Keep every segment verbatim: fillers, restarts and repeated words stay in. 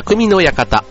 匠の館。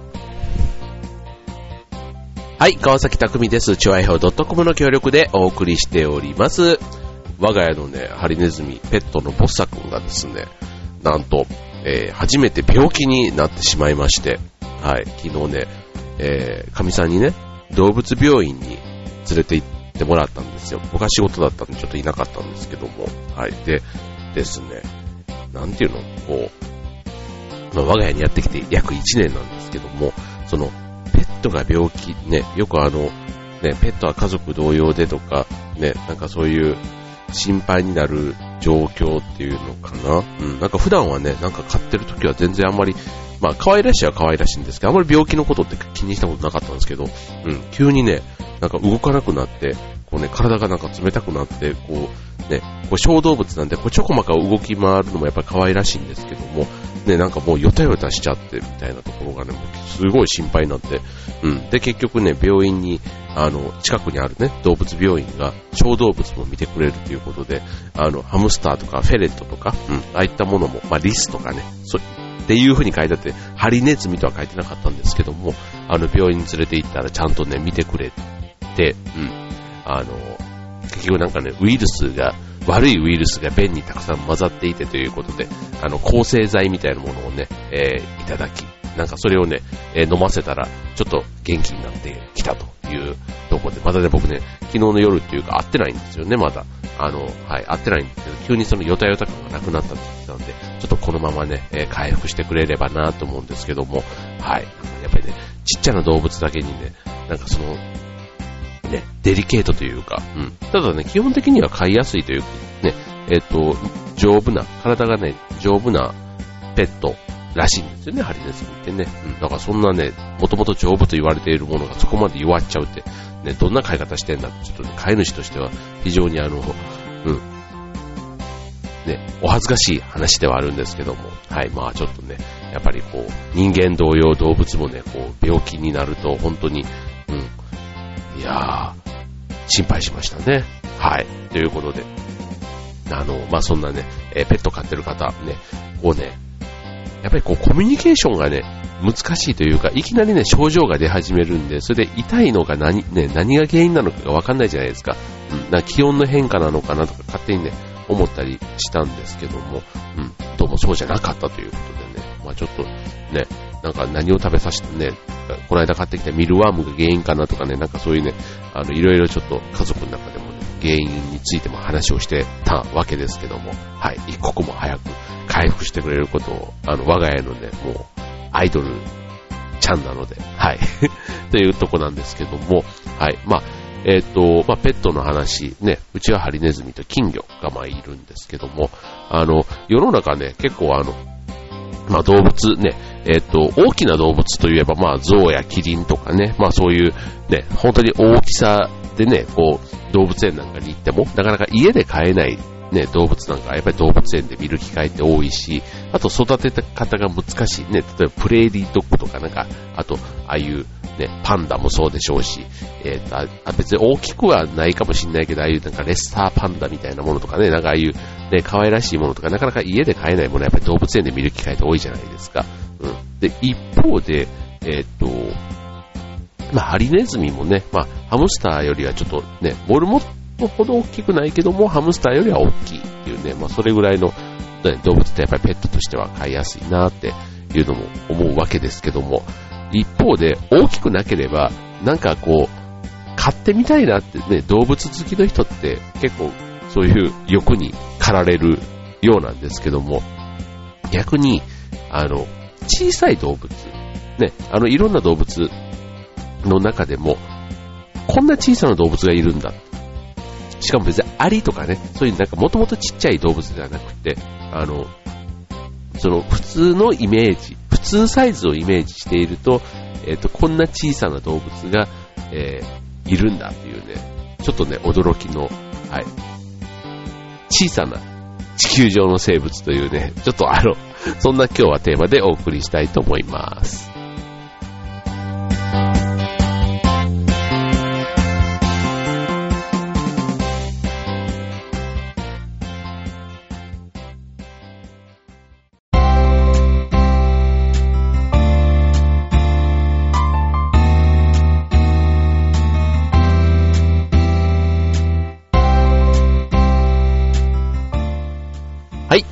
はい、川崎匠です。チョアヘオ .com の協力でお送りしております。我が家のね、ハリネズミ、ペットのボッサ君がですね、なんと、えー、初めて病気になってしまいまして、はい、昨日ね、えー、神さんにね、動物病院に連れて行ってもらったんですよ。僕は仕事だったんでちょっといなかったんですけども、はい、で、ですね、なんていうの、こう、まあ、我が家にやってきて約いちねんなんですけども、その、ペットが病気、ね、よくあの、ね、ペットは家族同様でとか、ね、なんかそういう心配になる状況っていうのかな。うん、なんか普段はね、なんか飼ってる時は全然あんまり、まあ可愛らしいは可愛らしいんですけど、あんまり病気のことって気にしたことなかったんですけど、うん、急にね、なんか動かなくなって、こうね、体がなんか冷たくなって、こう、ね、こう小動物なんで、こうちょこまか動き回るのもやっぱり可愛らしいんですけども、ね、なんかもうヨタヨタしちゃってみたいなところがね、もうすごい心配になって、うん。で、結局ね、病院に、あの、近くにあるね、動物病院が小動物も見てくれるということで、あの、ハムスターとかフェレットとか、うん、ああいったものも、まあ、リスとかね、そう、っていう風に書いてあって、ハリネズミとは書いてなかったんですけども、あの、病院に連れて行ったらちゃんとね、見てくれて、うん。あの、結局なんかね、ウイルスが、悪いウイルスが便にたくさん混ざっていてということで、あの、抗生剤みたいなものをね、えー、いただき、なんかそれをね、えー、飲ませたら、ちょっと元気になってきたというところで、まだね、僕ね、昨日の夜っていうか会ってないんですよね、まだ。あの、はい、会ってないんですけど、急にそのヨタヨタ感がなくなったって言ってたので、ちょっとこのままね、えー、回復してくれればなと思うんですけども、はい、やっぱりね、ちっちゃな動物だけにね、なんかその、ね、デリケートというか、うん。ただね、基本的には飼いやすいというか、ね、えっと、丈夫な、体がね、丈夫なペットらしいんですよね、ハリネズミってね。うん。だからそんなね、もともと丈夫と言われているものがそこまで弱っちゃうって、ね、どんな飼い方してんだって、ちょっとね、飼い主としては非常にあの、うん。ね、お恥ずかしい話ではあるんですけども、はい、まあちょっとね、やっぱりこう、人間同様動物もね、こう、病気になると本当に、うん、いやー、心配しましたね。はい。ということで、あの、まあ、そんなね、えー、ペット飼ってる方、ね、こうね、やっぱりこう、コミュニケーションがね、難しいというか、いきなりね、症状が出始めるんで、それで痛いのが何、ね、何が原因なのかがわかんないじゃないですか。うん、なんか気温の変化なのかなとか、勝手にね、思ったりしたんですけども、うん、どうもそうじゃなかったということでね、まあ、ちょっと、ね、なんか何を食べさせてね、この間買ってきたミルワームが原因かなとかね、なんかそういうね、あの、いろいろちょっと家族の中でもね、原因についても話をしてたわけですけども、はい、一刻も早く回復してくれることを、あの、我が家のね、もう、アイドルちゃんなので、はい、というとこなんですけども、はい、まあ、えっと、まあ、ペットの話、ね、うちはハリネズミと金魚がまあいるんですけども、あの、世の中ね、結構あの、まあ動物ね、えっと、大きな動物といえば、まあ象やキリンとかね、まあそういうね、本当に大きさでね、こう、動物園なんかに行っても、なかなか家で飼えないね、動物なんかやっぱり動物園で見る機会って多いし、あと育て方が難しいね、例えばプレーリードッグとかなんか、あと、ああいうね、パンダもそうでしょうし、えっと、あ、別に大きくはないかもしれないけど、ああいうなんかレッサーパンダみたいなものとかね、なんかああいうね、可愛らしいものとか、なかなか家で飼えないものはやっぱり動物園で見る機会って多いじゃないですか。うん。で、一方で、えっと、まあ、ハリネズミもね、まあ、ハムスターよりはちょっとね、モルモットほど大きくないけども、ハムスターよりは大きいっていうね、まあ、それぐらいの、ね、動物ってやっぱりペットとしては飼いやすいなっていうのも思うわけですけども、一方で大きくなければなんかこう飼ってみたいなってね、動物好きの人って結構そういう欲に駆られるようなんですけども、逆にあの小さい動物ね、あのいろんな動物の中でもこんな小さな動物がいるんだ、しかも別にアリとかね、そういうなんかもともとちっちゃい動物ではなくて、あのその普通のイメージ、普通サイズをイメージしていると、えっと、こんな小さな動物が、えー、いるんだっていうね、ちょっとね、驚きの、はい、小さな地球上の生物というね、ちょっとあの、そんな今日はテーマでお送りしたいと思います。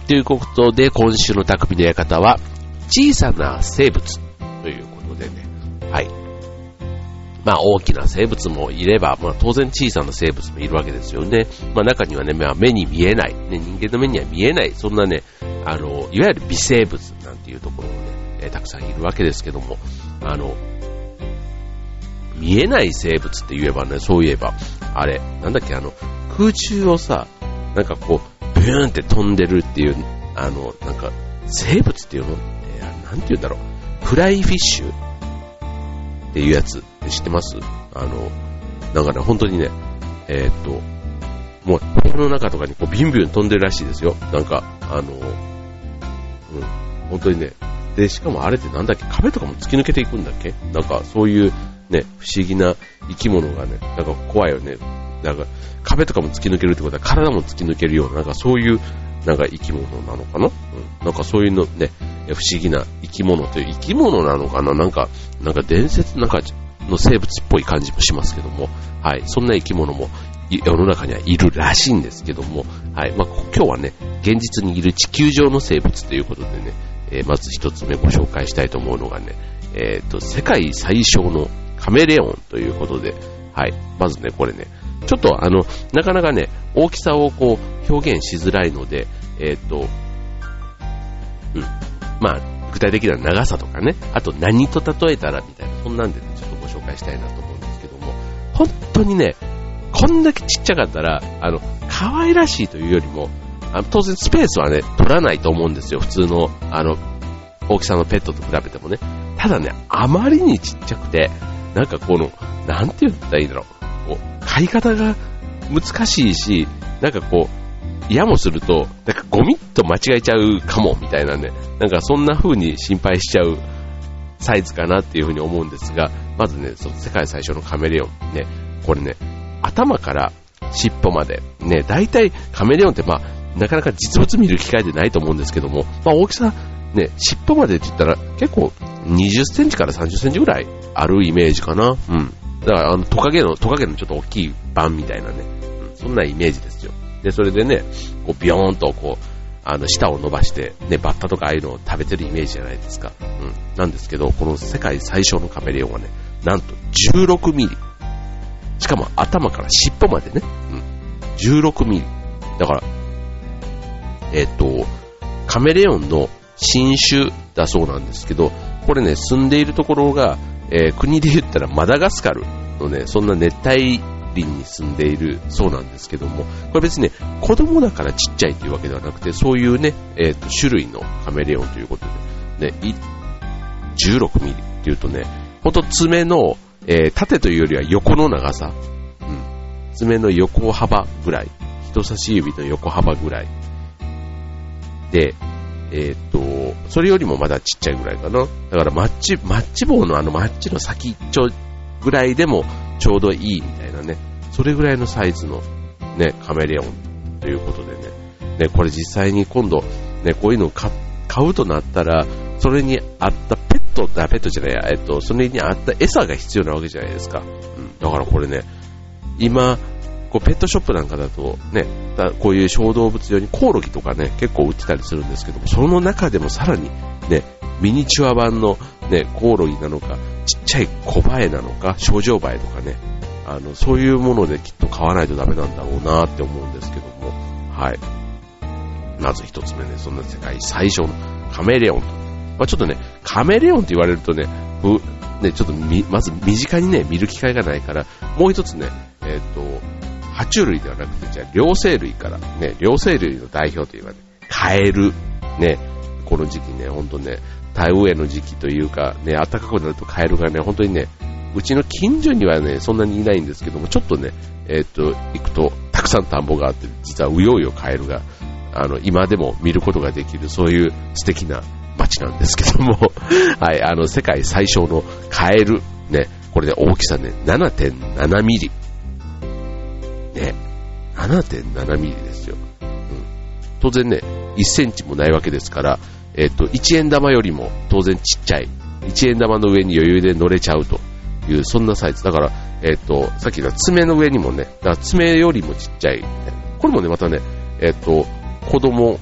ということで、今週の匠の館は、小さな生物ということでね、はい。まあ大きな生物もいれば、まあ当然小さな生物もいるわけですよね。まあ中にはね、まあ、目に見えない、ね、人間の目には見えない、そんなね、あの、いわゆる微生物なんていうところもね、えー、たくさんいるわけですけども、あの、見えない生物って言えばね、そういえば、あれ、なんだっけ、あの、空中をさ、なんかこう、ブーンって飛んでるっていう、あの、なんか、生物っていうの、えー、なんて言うんだろう、フライフィッシュっていうやつ、知ってます？あの、なんかね、本当にね、えー、っと、もう、部屋の中とかにこうビュンビュン飛んでるらしいですよ。なんか、あの、うん、本当にね、で、しかもあれってなんだっけ、壁とかも突き抜けていくんだっけ？なんか、そういうね、不思議な生き物がね、なんか怖いよね。なんか、壁とかも突き抜けるってことは体も突き抜けるような、なんかそういう、なんか生き物なのかな、うん、なんかそういうのね、不思議な生き物という生き物なのかな、なんか、なんか伝説なんかの生物っぽい感じもしますけども、はい、そんな生き物も世の中にはいるらしいんですけども、はい、まあ今日はね、現実にいる地球上の生物ということでね、えー、まず一つ目ご紹介したいと思うのがね、えっと、世界最小のカメレオンということで、はい、まずね、これね、ちょっとあの、なかなかね、大きさをこう表現しづらいので、えっと、うん、まあ、具体的な長さとかね、あと何と例えたらみたいな、そんなんで、ね、ちょっとご紹介したいなと思うんですけども、本当にね、こんだけちっちゃかったら、あの、可愛らしいというよりも、あの当然スペースはね、取らないと思うんですよ、普通の、あの、大きさのペットと比べてもね。ただね、あまりにちっちゃくて、なんかこの、なんて言ったらいいんだろう、こう、飼い方が難しいし、なんかこう、嫌もすると、なんかゴミっと間違えちゃうかも、みたいなね、なんかそんな風に心配しちゃうサイズかなっていう風に思うんですが、まずね、その世界最初のカメレオン、ね、これね、頭から尻尾まで、ね、大体カメレオンってまあ、なかなか実物見る機会でないと思うんですけども、まあ大きさ、ね、尻尾までって言ったら結構にじゅっセンチからさんじゅっセンチぐらいあるイメージかな。うん。だからあのトカゲの、トカゲのちょっと大きい版みたいなね、うん、そんなイメージですよ。で、それでね、こうビヨーンとこう、あの舌を伸ばして、ね、バッタとかああいうのを食べてるイメージじゃないですか。うん。なんですけど、この世界最小のカメレオンはね、なんとじゅうろくミリ。しかも頭から尻尾までね、うん。じゅうろくミリ。だから、えっと、カメレオンの新種だそうなんですけど、これね、住んでいるところが、えー、国で言ったらマダガスカルのね、そんな熱帯林に住んでいるそうなんですけども、これ別にね、子供だからちっちゃいというわけではなくて、そういうね、えっと、種類のカメレオンということで、ね、じゅうろくミリっていうとね、ほんと爪の、えー、縦というよりは横の長さ、うん、爪の横幅ぐらい、人差し指の横幅ぐらいで、えー、っと、それよりもまだちっちゃいぐらいかな。だからマッチ、マッチ棒のあのマッチの先っちょぐらいでもちょうどいいみたいなね。それぐらいのサイズのね、カメレオンということでね。ね、これ実際に今度、ね、こういうのを買、買うとなったら、それに合ったペット、あ、ペットじゃないや、えっと、それに合った餌が必要なわけじゃないですか。うん。だからこれね、今、こうペットショップなんかだとね、だこういう小動物用にコオロギとかね、結構売ってたりするんですけども、その中でもさらにね、ミニチュア版のね、コオロギなのか、ちっちゃい小バエなのか、ショウジョウバエとかね、あの、そういうものできっと買わないとダメなんだろうなって思うんですけども、はい。まず一つ目ね、そんな世界最小のカメレオン。まあ、ちょっとね、カメレオンって言われるとね、ふね、ちょっとみ、まず身近にね、見る機会がないから、もう一つね、えっと、爬虫類ではなくて、じゃあ、両生類から、ね、両生類の代表というかね、カエル、ね、この時期ね、ほんとね、田植えの時期というか、ね、暖かくなるとカエルがね、ほんとにね、うちの近所にはね、そんなにいないんですけども、ちょっとね、えっと、行くと、たくさん田んぼがあって、実はうようよカエルが、あの、今でも見ることができる、そういう素敵な街なんですけども、はい、あの、世界最小のカエル、ね、これで大きさね、ななてんななミリ。ね、ななてんななミリですよ。うん。当然ね、いっセンチもないわけですから、えっと、いちえん玉よりも当然ちっちゃい。いちえん玉の上に余裕で乗れちゃうという、そんなサイズ。だから、えっと、さっき言った爪の上にもね、だから爪よりもちっちゃい。これもね、またね、えっと、子供と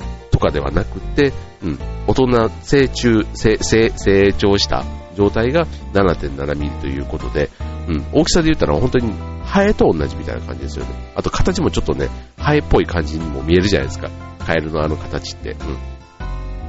かではなくて、うん、大人、成虫、成、成、成長した状態が ななてんななミリということで、うん、大きさで言ったら本当にハエと同じみたいな感じですよね。あと形もちょっとね、ハエっぽい感じにも見えるじゃないですか。カエルのあの形って。うん。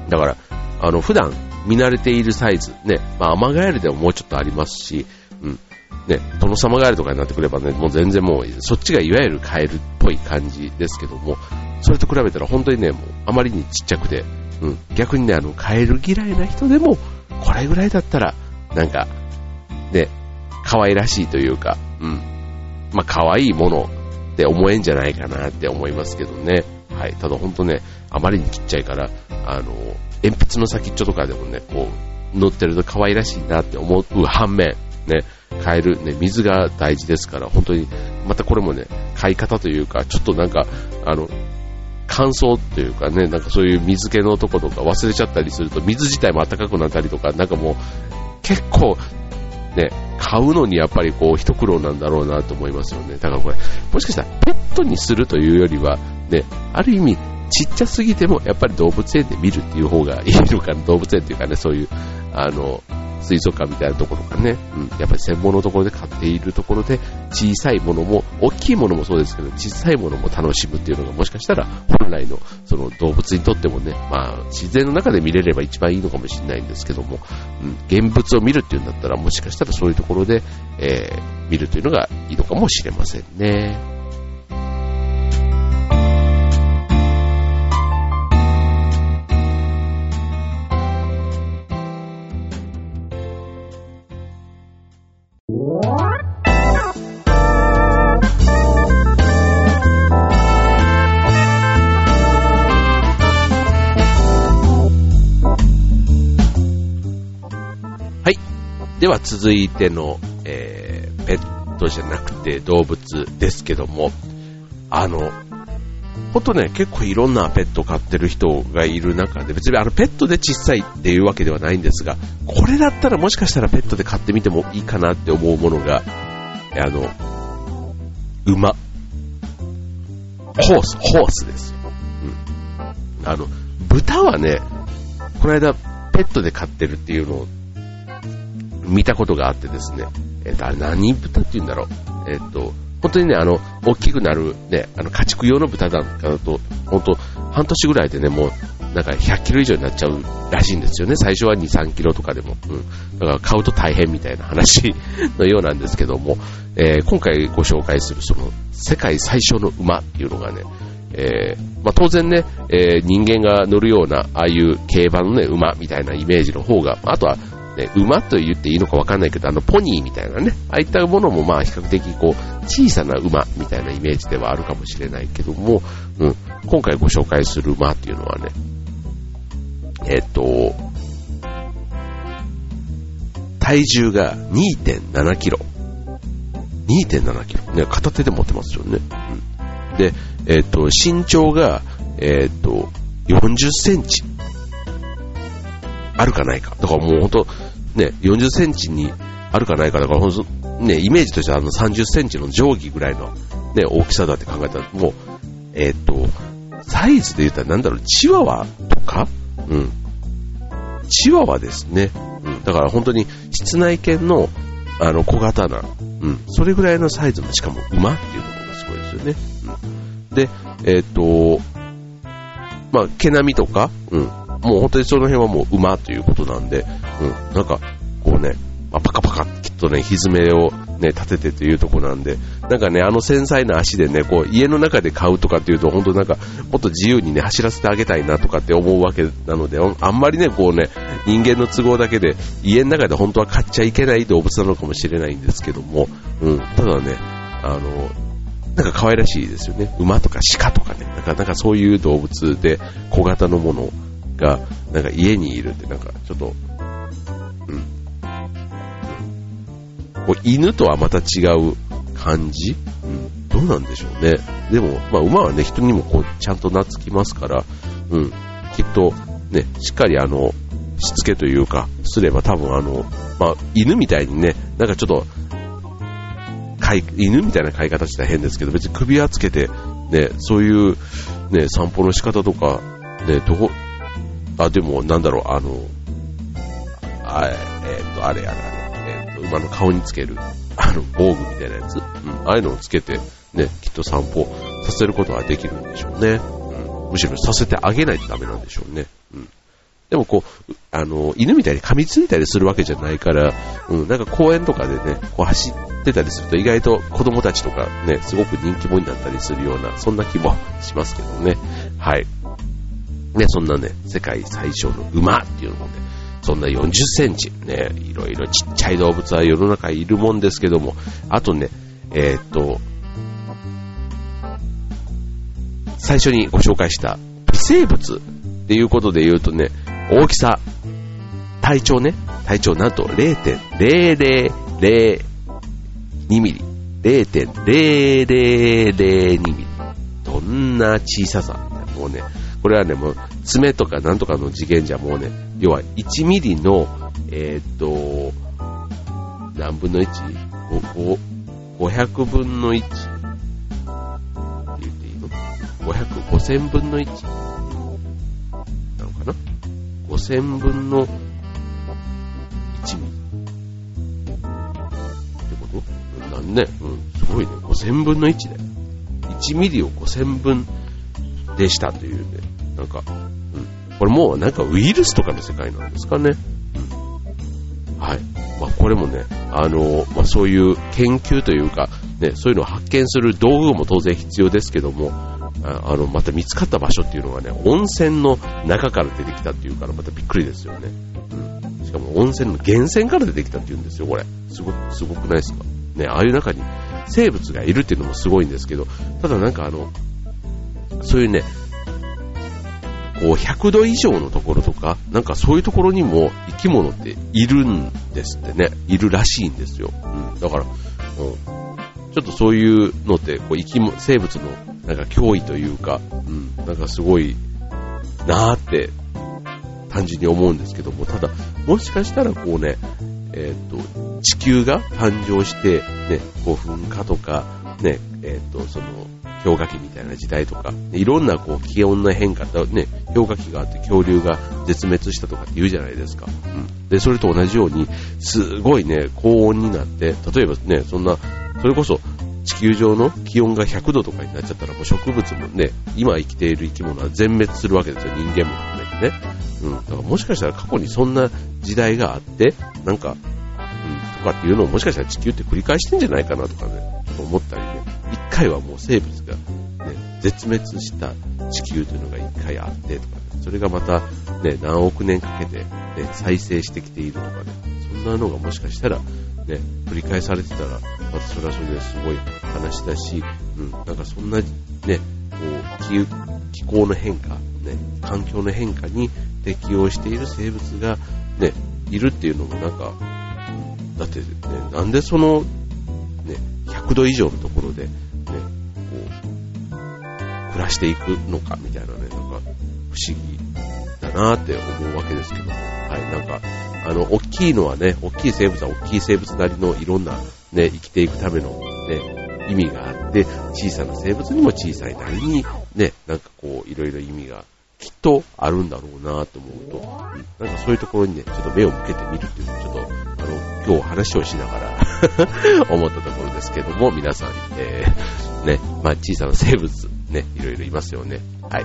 だから、あの、普段見慣れているサイズ、ね、まあ、アマガエルでももうちょっとありますし、うん。ね、トノサマガエルとかになってくればね、もう全然もう、そっちがいわゆるカエルっぽい感じですけども、それと比べたら本当にね、もうあまりにちっちゃくて、うん。逆にね、あの、カエル嫌いな人でも、これぐらいだったら、なんか、ね、可愛らしいというか、うん。まあ、可愛いものって思えんじゃないかなって思いますけどね。はい。ただ本当ね、あまりにちっちゃいから、あの、鉛筆の先っちょとかでもね、こう、乗ってると可愛らしいなって思う反面、ね、カエル、ね、水が大事ですから、本当に、またこれもね、飼い方というか、ちょっとなんか、あの、乾燥というかね、なんかそういう水気のとことか忘れちゃったりすると、水自体も暖かくなったりとか、なんかもう、結構、ね、買うのにやっぱりこう一苦労なんだろうなと思いますよね。だからこれ、もしかしたらペットにするというよりは、ね、ある意味ちっちゃすぎてもやっぱり動物園で見るっていう方がいいのかな。動物園っていうかね、そういう、あの、水族館みたいなところかね、うん、やっぱり専門のところで飼っているところで、小さいものも、大きいものもそうですけど、小さいものも楽しむっていうのがもしかしたら本来のその動物にとってもね、まあ自然の中で見れれば一番いいのかもしれないんですけども、うん、現物を見るっていうんだったらもしかしたらそういうところで、えー、見るというのがいいのかもしれませんね。では続いての、えー、ペットじゃなくて動物ですけども、あの、ほんとね、結構いろんなペット飼ってる人がいる中で、別にあのペットで小さいっていうわけではないんですが、これだったらもしかしたらペットで飼ってみてもいいかなって思うものが、あの、馬。ホース、ホースですよ。うん。あの、豚はね、この間ペットで飼ってるっていうのを見たことがあってですね、えっと、あれ何豚って言うんだろう。えっと、本当にね、あの、大きくなるね、あの、家畜用の豚なんかだと、本当半年ぐらいでね、もう、なんかひゃっキロ以上になっちゃうらしいんですよね。最初はに、さんキロとかでも。うん。だから買うと大変みたいな話のようなんですけども、えー、今回ご紹介するその、世界最小の馬っていうのがね、えー、まあ、当然ね、えー、人間が乗るような、ああいう競馬のね、馬みたいなイメージの方が、あとは、ね、馬と言っていいのかわかんないけど、あのポニーみたいなね、ああいったものもまあ比較的こう小さな馬みたいなイメージではあるかもしれないけども、うん、今回ご紹介する馬っていうのはね、えっと体重が にてんななキロ、にてんななキロね、片手で持ってますよね。うん、で、えっと身長がえっとよんじゅっセンチ。あるかないか。だからもうほんと、ね、よんじゅっセンチにあるかないか。だからほんと、ね、イメージとしてはあのさんじゅっセンチの定規ぐらいの、ね、大きさだって考えたら、もう、えっと、サイズで言ったらなんだろう、チワワとかうん。チワワですね。うん。だから本当に室内犬の、あの、小型な、うん。それぐらいのサイズの、しかも馬っていうところがすごいですよね。うん。で、えっと、まあ、毛並みとか、うん。もう本当にその辺はもう馬ということなんで、うん、なんかこうね、まあ、パカパカってきっとね、ひずめをね、立ててというところなんで、なんかね、あの繊細な足でね、こう家の中で飼うとかっていうと、本当なんかもっと自由にね、走らせてあげたいなとかって思うわけなので、あんまりね、こうね、人間の都合だけで、家の中で本当は飼っちゃいけない動物なのかもしれないんですけども、うん、ただね、あの、なんか可愛らしいですよね。馬とか鹿とかね、なんか、なんかそういう動物で小型のものがなんか家にいるってなんかちょっと、うん、こう犬とはまた違う感じ、うん、どうなんでしょうね。でもまあ馬はね、人にもこうちゃんと懐きますから、うん、きっとね、しっかりあのしつけというかすれば多分あのまあ犬みたいにね、なんかちょっと飼い犬みたいな飼い方したら変ですけど、別に首輪つけてね、そういうね散歩の仕方とかね、どこ、あ、でも、なんだろう、あの、あ、えー、っと、あれあれあれ、えー、っと、馬の顔につける、あの、防具みたいなやつ、うん、ああいうのをつけて、ね、きっと散歩させることができるんでしょうね。うん、むしろさせてあげないとダメなんでしょうね。うん。でもこう、あの、犬みたいに噛みついたりするわけじゃないから、うん、なんか公園とかでね、こう走ってたりすると意外と子供たちとかね、すごく人気者になったりするような、そんな気もしますけどね。はい。ね、そんなね、世界最小の馬っていうのもね、そんなよんじゅっセンチ、ね、いろいろちっちゃい動物は世の中いるもんですけども、あとね、えー、っと、最初にご紹介した微生物っていうことで言うとね、大きさ、体長ね、体長なんと れいてんぜろぜろぜろにミリ、れいてんぜろぜろぜろにミリ。どんな小ささ、もうね、これはね、もう爪とかなんとかの次元じゃもうね、要はいちミリの、えー、っと、何分の いち？ ごひゃくぶんのいちって言っていいの？ ごひゃく、ごせんぶんのいちなのかな？ごせんぶんのいちミリってことなんね、うん、すごいね、ごせんぶんのいちでいちミリをごせんぶんでしたというね、なんか、うん、これもうなんかウイルスとかの世界なんですかね。うん、はい。まあこれもね、あの、まあそういう研究というか、ね、そういうのを発見する道具も当然必要ですけども、あ, あの、また見つかった場所っていうのがね、温泉の中から出てきたっていうからまたびっくりですよね。うん。しかも温泉の源泉から出てきたっていうんですよ、これ。すごく、すごくないですか？ね、ああいう中に生物がいるっていうのもすごいんですけど、ただなんかあの、そういうね、こうひゃくど以上のところとか、なんかそういうところにも生き物っているんですってね、いるらしいんですよ。うん、だから、うん、ちょっとそういうのってこう生き物、生物のなんか脅威というか、うん、なんかすごいなーって単純に思うんですけども、ただもしかしたらこうね、えっと地球が誕生してね、こう噴火とかね、えっとその氷河期みたいな時代とか、いろんなこう気温の変化とね、氷河期があって恐竜が絶滅したとかって言うじゃないですか。うん、で、それと同じように、すごいね、高温になって、例えばね、そんな、それこそ地球上の気温がひゃくどとかになっちゃったら、もう植物もね、今生きている生き物は全滅するわけですよ、人間も含めてね。うん、だからもしかしたら過去にそんな時代があって、なんか、うん、とかっていうのをもしかしたら地球って繰り返してんじゃないかなとかね、思ったりね。一回はもう生物が、ね、絶滅した地球というのが一回あってとか、ね、それがまた、ね、何億年かけて、ね、再生してきているとかね、そんなのがもしかしたら、ね、繰り返されてたら、またそれはそれですごい話だし、うん、なんかそんな、ね、こう 気, 気候の変化、ね、環境の変化に適応している生物が、ね、いるっていうのもなんか、だってね、なんでその、ね、ひゃくど以上のところで、ね、こう、暮らしていくのかみたいなね、なんか、不思議だなって思うわけですけども、はい、なんか、あの、大きいのはね、大きい生物は大きい生物なりのいろんな、ね、生きていくための、ね、意味があって、小さな生物にも小さいなりに、ね、なんかこう、いろいろ意味がきっとあるんだろうなと思うと、うん、なんかそういうところにね、ちょっと目を向けてみるっていうのをちょっと、あの、今日話をしながら思ったところですけども、皆さん、えー、ね、まあ小さな生物、ね、いろいろいますよね。はい。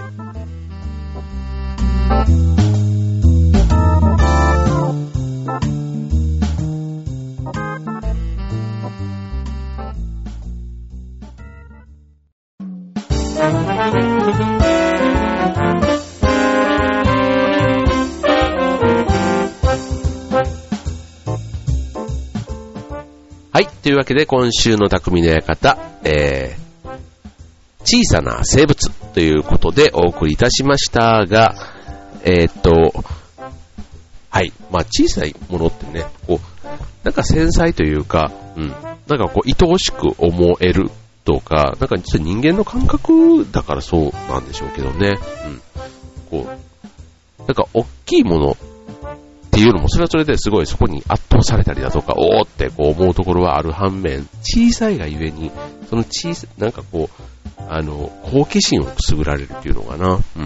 はい。というわけで、今週の匠の館、えー、小さな生物ということでお送りいたしましたが、えー、っと、はい。まあ、小さいものってね、こう、なんか繊細というか、うん。なんかこう、愛おしく思えるとか、なんか実は人間の感覚だからそうなんでしょうけどね。うん。こう、なんか大きいもの、っていうのもそれはそれですごいそこに圧倒されたりだとか、おーってこう思うところはある反面、小さいがゆえに、その小さい、なんかこう、あの、好奇心をくすぐられるっていうのかな。うん。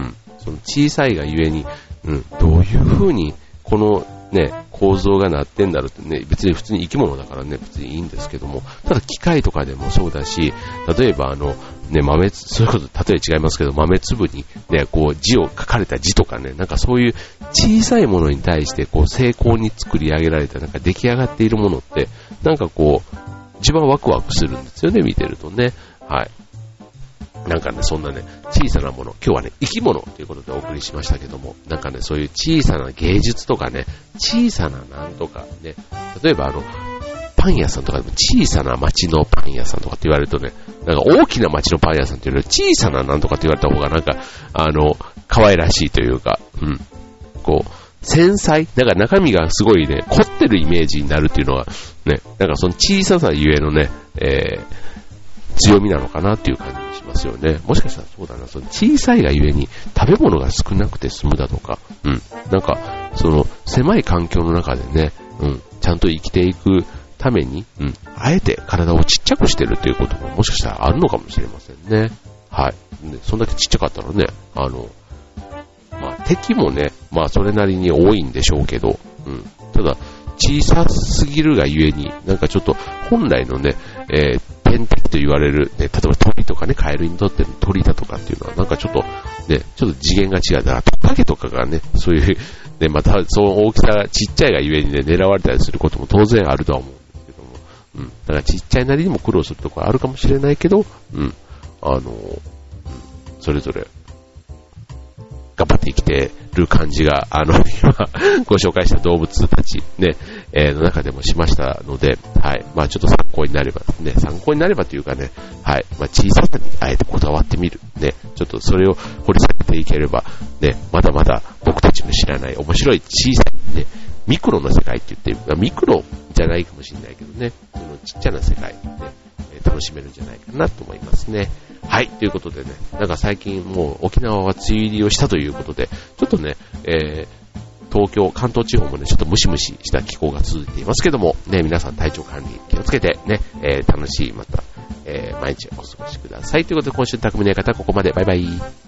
その小さいがゆえに、うん、どういう風にこのね、構造がなってんだろうってね、別に普通に生き物だからね、別にいいんですけども、ただ機械とかでもそうだし、例えばあの、ね、豆、それこそ例え違いますけど、豆粒にね、こう字を書かれた字とかね、なんかそういう小さいものに対してこう精巧に作り上げられたなんか出来上がっているものって、なんかこう、一番ワクワクするんですよね、見てるとね。はい。なんかね、そんなね、小さなもの、今日はね、生き物ということでお送りしましたけども、なんかね、そういう小さな芸術とかね、小さななんとかね、例えばあの、パン屋さんとかでも小さな町のパン屋さんとかって言われるとね、なんか大きな町のパン屋さんっていうより小さななんとかって言われた方がなんか、あの、可愛らしいというか、うん、こう、繊細、なんか中身がすごいね、凝ってるイメージになるっていうのは、ね、なんかその小ささゆえのね、えー、強みなのかなっていう感じがしますよね。もしかしたらそうだな、その小さいがゆえに食べ物が少なくて済むだとか、うん、なんかその狭い環境の中でね、うん、ちゃんと生きていくために、うん、あえて体をちっちゃくしてるっていうことももしかしたらあるのかもしれませんね。はい。でそんだけちっちゃかったらね、あの、まあ敵もね、まあそれなりに多いんでしょうけど、うん、ただ小さすぎるがゆえに、なんかちょっと本来のね、えー天敵と言われる、ね、例えば鳥とかね、カエルにとっての鳥だとかっていうのは、なんかちょっと、ね、ちょっと次元が違う。だから、トカゲとかがね、そういう、ね、また、その大きさがちっちゃいがゆえにね、狙われたりすることも当然あるとは思うんですけども、うん。だからちっちゃいなりにも苦労するところあるかもしれないけど、うん。あの、うん、それぞれ、頑張って生きてる感じが、あの、今、ご紹介した動物たち、ね、えー、の中でもしましたので、はい。まあちょっと参考になれば、ね、参考になればというかね、はい。まあ小ささにあえてこだわってみる。ね、ちょっとそれを掘り下げていければ、ね、まだまだ僕たちの知らない面白い小さい、ね、ミクロの世界って言って、ミクロじゃないかもしれないけどね、そのちっちゃな世界、ね、楽しめるんじゃないかなと思いますね。はい、ということでね、なんか最近もう沖縄は梅雨入りをしたということで、ちょっとね、えー、東京、関東地方もね、ちょっとムシムシした気候が続いていますけども、ね、皆さん体調管理気をつけてね、えー、楽しいまた、えー、毎日お過ごしください。ということで今週の匠の館ここまで。バイバイ。